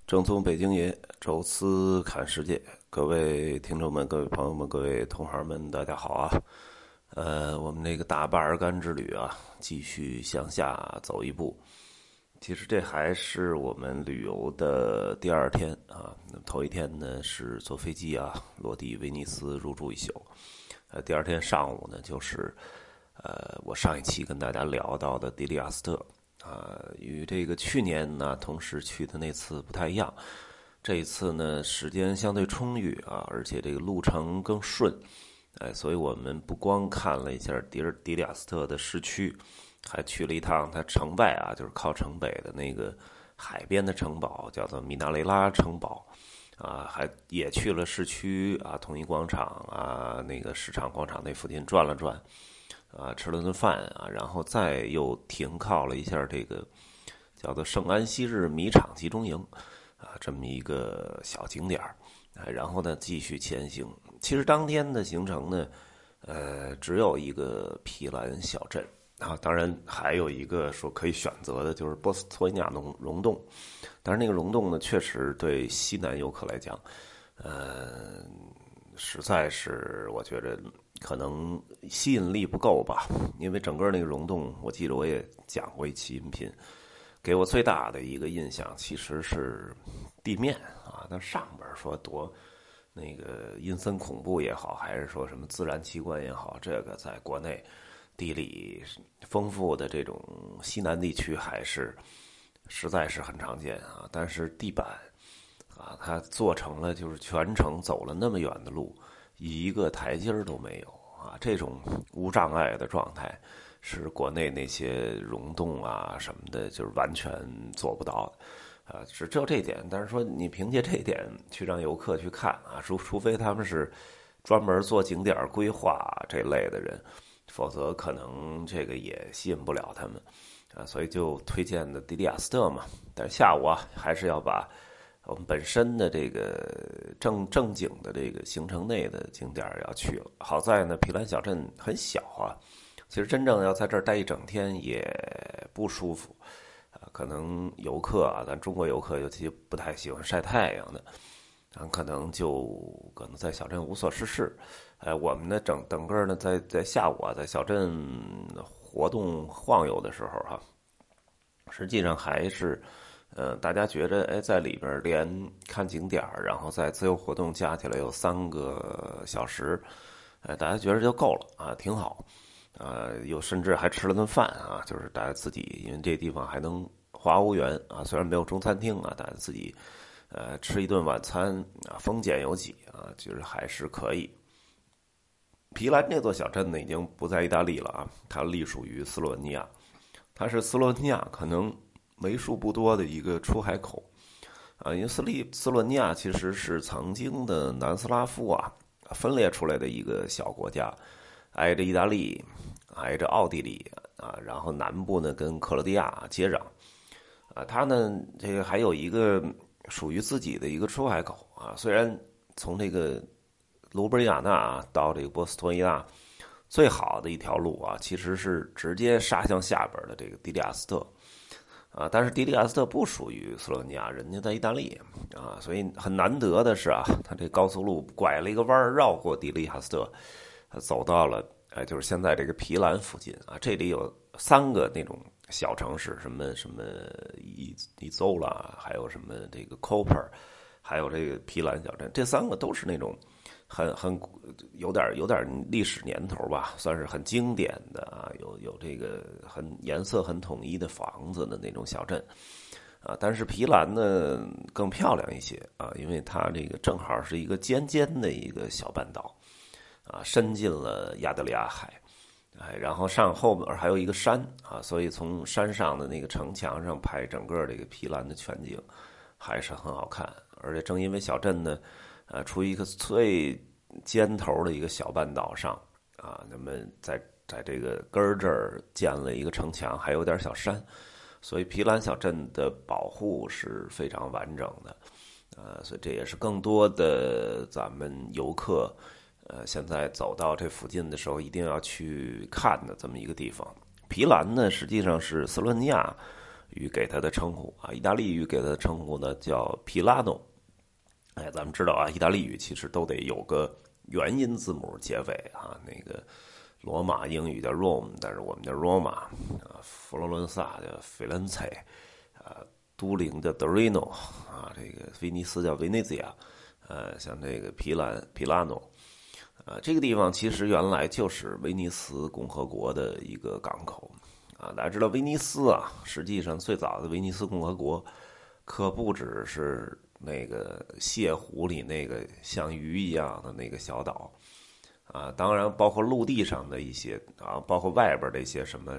正宗北京爷，宙斯看世界。各位听众们、各位朋友们、各位同行们，大家好啊！我们这个大巴尔干之旅啊，继续向下走一步。其实这还是我们旅游的第二天啊。头一天呢是坐飞机啊，落地威尼斯入住一宿。第二天上午呢，就是我上一期跟大家聊到的迪利亚斯特。与这个去年呢同时去的那次不太一样，这一次呢时间相对充裕啊，而且这个路程更顺，所以我们不光看了一下迪利亚斯特的市区，还去了一趟它城外啊，就是靠城北的那个海边的城堡，叫做米纳雷拉城堡。还也去了市区啊，统一广场啊，那个市场广场那附近转了转。吃了顿饭啊，然后再又停靠了一下这个叫做圣安息日米场集中营啊，这么一个小景点然后呢继续前行。其实当天的行程呢，只有一个皮兰小镇啊，当然还有一个说可以选择的就是波斯托尼亚溶洞，但是那个溶洞呢，确实对西南游客来讲，实在是我觉得可能吸引力不够吧，因为整个那个溶洞，我记得我也讲过一期音频，给我最大的一个印象其实是地面啊，它上边说多那个阴森恐怖也好，还是说什么自然奇观也好，这个在国内地理丰富的这种西南地区还是实在是很常见啊，但是地板啊，它做成了就是全程走了那么远的路，一个台阶都没有啊！这种无障碍的状态，是国内那些溶洞啊什么的，就是完全做不到的啊！只有这点，但是说你凭借这点去让游客去看啊，除非他们是专门做景点规划这类的人，否则可能这个也吸引不了他们啊。所以就推荐的迪利亚斯特嘛，但是下午啊，还是要把我们本身的这个正经的这个行程内的景点要去了。好在呢，皮兰小镇很小啊，其实真正要在这儿待一整天也不舒服啊。可能游客啊，咱中国游客尤其不太喜欢晒太阳的，可能在小镇无所事事。我们呢整个呢在下午啊，在小镇活动晃悠的时候实际上还是。大家觉得，在里边连看景点然后在自由活动加起来有3个小时，大家觉得就够了啊，挺好。又甚至还吃了顿饭啊，就是大家自己，因为这地方还能花欧元啊，虽然没有中餐厅啊，大家自己吃一顿晚餐啊，丰俭由己啊，就是还是可以。皮兰这座小镇呢，已经不在意大利了啊，它隶属于斯洛文尼亚，它是斯洛文尼亚可能为数不多的一个出海口啊，因为斯洛文尼亚其实是曾经的南斯拉夫分裂出来的一个小国家，挨着意大利，挨着奥地利啊，然后南部呢跟克罗地亚接壤啊，它呢这个还有一个属于自己的一个出海口啊，虽然从这个卢布里亚纳到这个波斯托尼亚最好的一条路啊，其实是直接杀向下边的这个迪利亚斯特。但是迪利亚斯特不属于斯洛文尼亚，人家在意大利啊，所以很难得的是他这高速路拐了一个弯绕过迪利亚斯特，走到了就是现在这个皮兰附近啊，这里有3个那种小城市，什么伊邹啦，还有什么这个 Koper， 还有这个皮兰小镇，这3个都是那种很有点历史年头吧，算是很经典的啊，有这个颜色很统一的房子的那种小镇啊。但是皮兰呢更漂亮一些啊，因为它这个正好是一个尖尖的一个小半岛啊，伸进了亚得里亚海。然后后面还有一个山啊，所以从山上的那个城墙上拍整个这个皮兰的全景，还是很好看。而且正因为小镇呢，处于一个最尖头的一个小半岛上啊，那么在这个根儿这儿建了一个城墙，还有点小山，所以皮兰小镇的保护是非常完整的。所以这也是更多的咱们游客。现在走到这附近的时候，一定要去看的这么一个地方。皮兰呢，实际上是斯洛文尼亚语给它的称呼啊，意大利语给它的称呼呢叫皮拉诺。哎，咱们知道啊，意大利语其实都得有个元音字母结尾啊，那个罗马英语叫 Rome， 但是我们叫 Roma 啊，佛罗伦萨叫 Firenze 啊，都灵叫 Torino 啊，这个威尼斯叫 Venezia， 像这个皮拉诺。这个地方其实原来就是威尼斯共和国的一个港口啊。大家知道威尼斯啊，实际上最早的威尼斯共和国可不只是那个泻湖里那个像鱼一样的那个小岛啊，当然包括陆地上的一些啊，包括外边的一些什么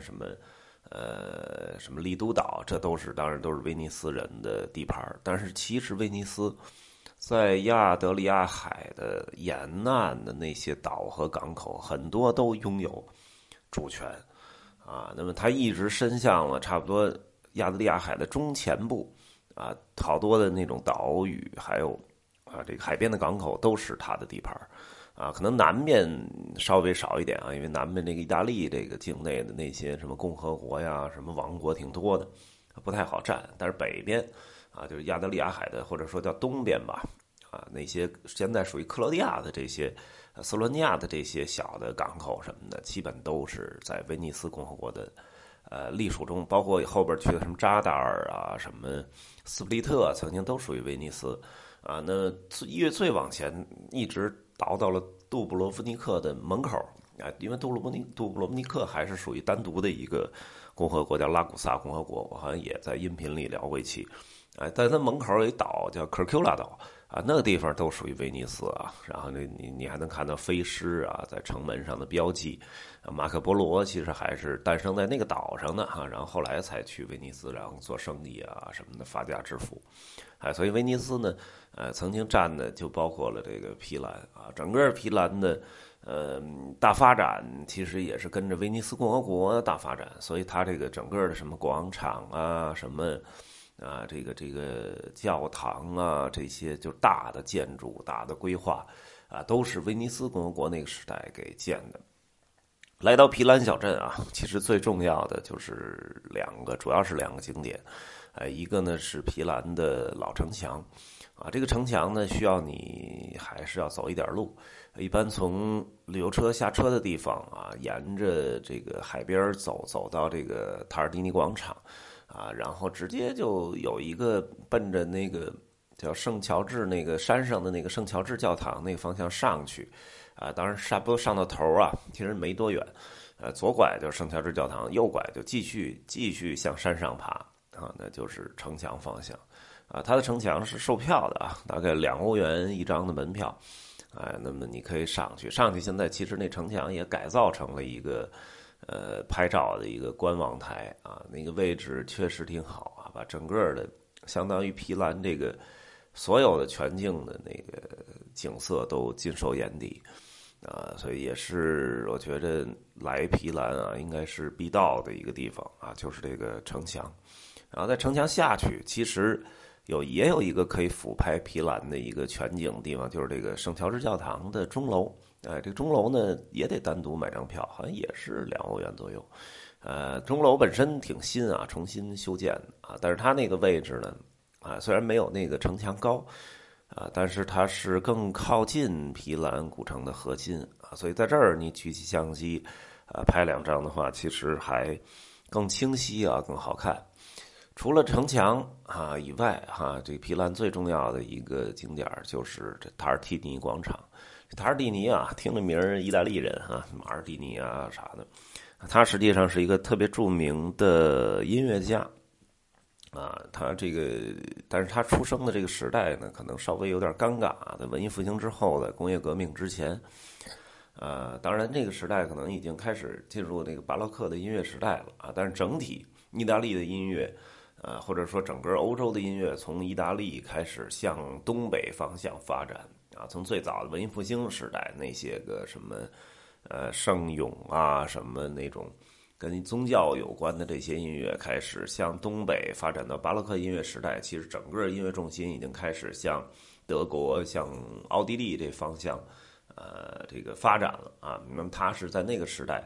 利都岛，这当然都是威尼斯人的地盘。但是其实威尼斯在亚得里亚海的沿岸的那些岛和港口，很多都拥有主权啊。那么它一直伸向了差不多亚得里亚海的中前部啊，好多的那种岛屿，还有这个海边的港口都是它的地盘啊。可能南面稍微少一点啊，因为南面这个意大利这个境内的那些什么共和国呀、什么王国挺多的，不太好占。但是北边啊，就是亚得里亚海的，或者说叫东边吧，啊，那些现在属于克罗地亚的这些、斯洛文尼亚的这些小的港口什么的，基本都是在威尼斯共和国的隶属中，包括后边去的什么扎达尔啊、什么斯普利特，曾经都属于威尼斯啊。那越最往前，一直倒到了杜布罗夫尼克的门口啊，因为杜布罗夫尼克还是属于单独的一个共和国，叫拉古萨共和国，我好像也在音频里聊过一期。在它门口有一岛叫科尔库拉岛啊，那个地方都属于威尼斯啊。然后你还能看到飞狮啊，在城门上的标记。马可波罗其实还是诞生在那个岛上的哈，然后后来才去威尼斯，然后做生意啊什么的，发家致富。所以威尼斯呢，曾经占的就包括了这个皮兰啊，整个皮兰的大发展其实也是跟着威尼斯共和国大发展，所以它这个整个的什么广场啊，什么啊，这个教堂啊，这些就大的建筑、大的规划啊，都是威尼斯共和国那个时代给建的。来到皮兰小镇啊，其实最重要的就是主要是两个景点，一个呢是皮兰的老城墙，啊，这个城墙呢需要你还是要走一点路，一般从旅游车下车的地方啊，沿着这个海边走到这个塔尔蒂尼广场。啊，然后直接就有一个奔着那个叫圣乔治那个山上的那个圣乔治教堂那个方向上去，啊，当然差不多上到头啊，其实没多远，左拐就是圣乔治教堂，右拐就继续向山上爬啊，那就是城墙方向，啊，它的城墙是售票的啊，大概2欧元一张的门票，那么你可以上去，现在其实那城墙也改造成了一个。拍照的一个观望台啊，那个位置确实挺好啊，把整个的相当于皮兰这个所有的全境的那个景色都尽收眼底啊，所以也是我觉得来皮兰啊，应该是必到的一个地方啊，就是这个城墙。然后在城墙下去，其实也有一个可以俯拍皮兰的一个全景的地方，就是这个圣乔治教堂的钟楼。这个钟楼呢也得单独买张票，好像也是2欧元左右。钟楼本身挺新啊，重新修建啊，但是它那个位置呢，虽然没有那个城墙高，但是它是更靠近皮兰古城的核心啊，所以在这儿你举起相机，拍2张的话，其实还更清晰啊，更好看。除了城墙以外这皮兰最重要的一个景点就是这塔尔蒂尼广场。塔尔蒂尼啊，听着名儿意大利人马尔蒂尼啊啥的，他实际上是一个特别著名的音乐家他这个，但是他出生的这个时代呢，可能稍微有点尴尬在文艺复兴之后，在工业革命之前，当然这个时代可能已经开始进入那个巴洛克的音乐时代了但是整体意大利的音乐。或者说整个欧洲的音乐从意大利开始向东北方向发展从最早的文艺复兴时代那些个什么圣咏什么那种跟宗教有关的这些音乐开始向东北发展到巴洛克音乐时代，其实整个音乐重心已经开始向德国、向奥地利这方向这个发展了那么它是在那个时代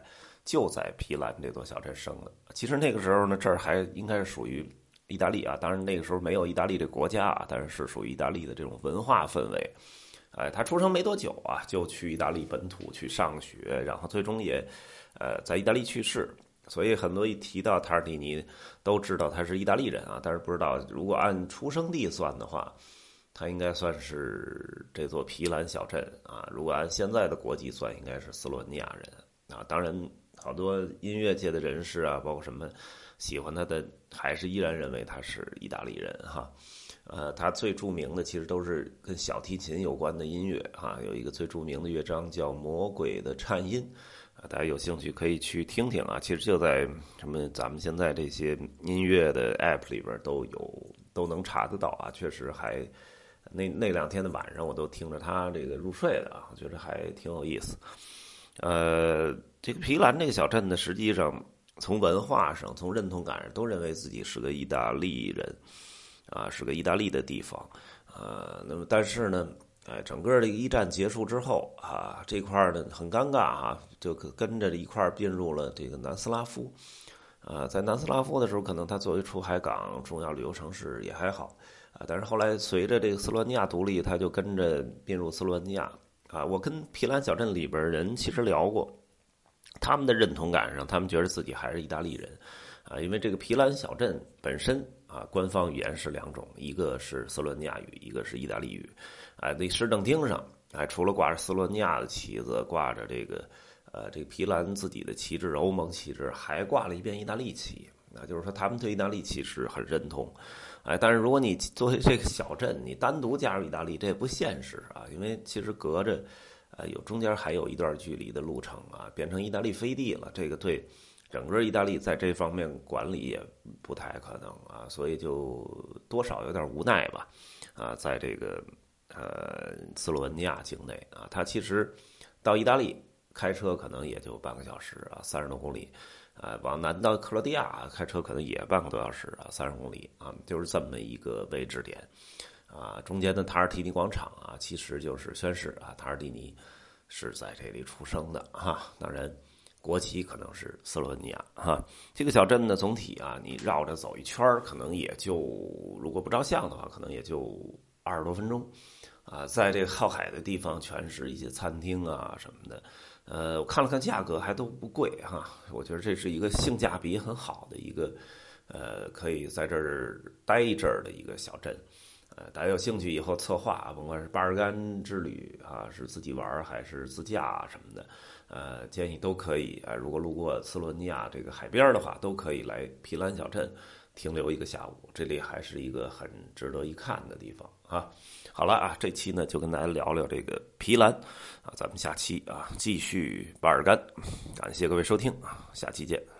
就在皮兰这座小镇生的。其实那个时候呢，这儿还应该是属于意大利啊，当然那个时候没有意大利这国家啊，但是属于意大利的这种文化氛围。他出生没多久啊，就去意大利本土去上学，然后最终也，在意大利去世。所以很多一提到塔尔蒂尼，都知道他是意大利人啊，但是不知道如果按出生地算的话，他应该算是这座皮兰小镇啊。如果按现在的国籍算，应该是斯洛文尼亚人啊。当然，好多音乐界的人士啊，包括什么喜欢他的，还是依然认为他是意大利人哈。他最著名的其实都是跟小提琴有关的音乐啊，有一个最著名的乐章叫《魔鬼的颤音》啊，大家有兴趣可以去听听啊。其实就在什么咱们现在这些音乐的 app 里边都能查得到啊，确实还那2天的晚上我都听着他这个入睡的啊，我觉得还挺有意思。这个皮兰这个小镇呢，实际上从文化上、从认同感上都认为自己是个意大利人。是个意大利的地方，那么但是呢，整个这个一战结束之后啊，这块呢很尴尬啊，就跟着一块并入了这个南斯拉夫，在南斯拉夫的时候，可能它作为出海港、重要旅游城市也还好，但是后来随着这个斯洛文尼亚独立，它就跟着并入斯洛文尼亚啊。我跟皮兰小镇里边人其实聊过，他们的认同感上，他们觉得自己还是意大利人啊，因为这个皮兰小镇本身。官方语言是2种，一个是斯洛文尼亚语，一个是意大利语。那市政厅上，除了挂着斯洛文尼亚的旗子，挂着这个皮兰自己的旗帜、欧盟旗帜，还挂了一边意大利旗。就是说，他们对意大利其实很认同。但是如果你作为这个小镇，你单独加入意大利，这也不现实啊，因为其实隔着中间还有一段距离的路程啊，变成意大利飞地了，这个对。整个意大利在这方面管理也不太可能啊，所以就多少有点无奈吧，在这个斯洛文尼亚境内啊，它其实到意大利开车可能也就半个小时啊，30多公里，往南到克罗地亚开车可能也半个多小时啊，30公里啊，就是这么一个位置点啊。中间的塔尔蒂尼广场啊，其实就是宣示啊，塔尔蒂尼是在这里出生的哈，当然。国旗可能是斯洛文尼亚哈，这个小镇呢，总体啊，你绕着走一圈可能也就如果不照相的话，可能也就20多分钟，在这个靠海的地方，全是一些餐厅啊什么的，我看了看价格还都不贵哈，我觉得这是一个性价比很好的一个，可以在这儿待一阵儿的一个小镇。大家有兴趣以后策划，甭管是巴尔干之旅啊，是自己玩还是自驾什么的，建议都可以啊。如果路过斯洛文尼亚这个海边的话，都可以来皮兰小镇停留一个下午，这里还是一个很值得一看的地方啊。好了啊，这期呢就跟大家聊聊这个皮兰啊，咱们下期啊继续巴尔干，感谢各位收听啊，下期见。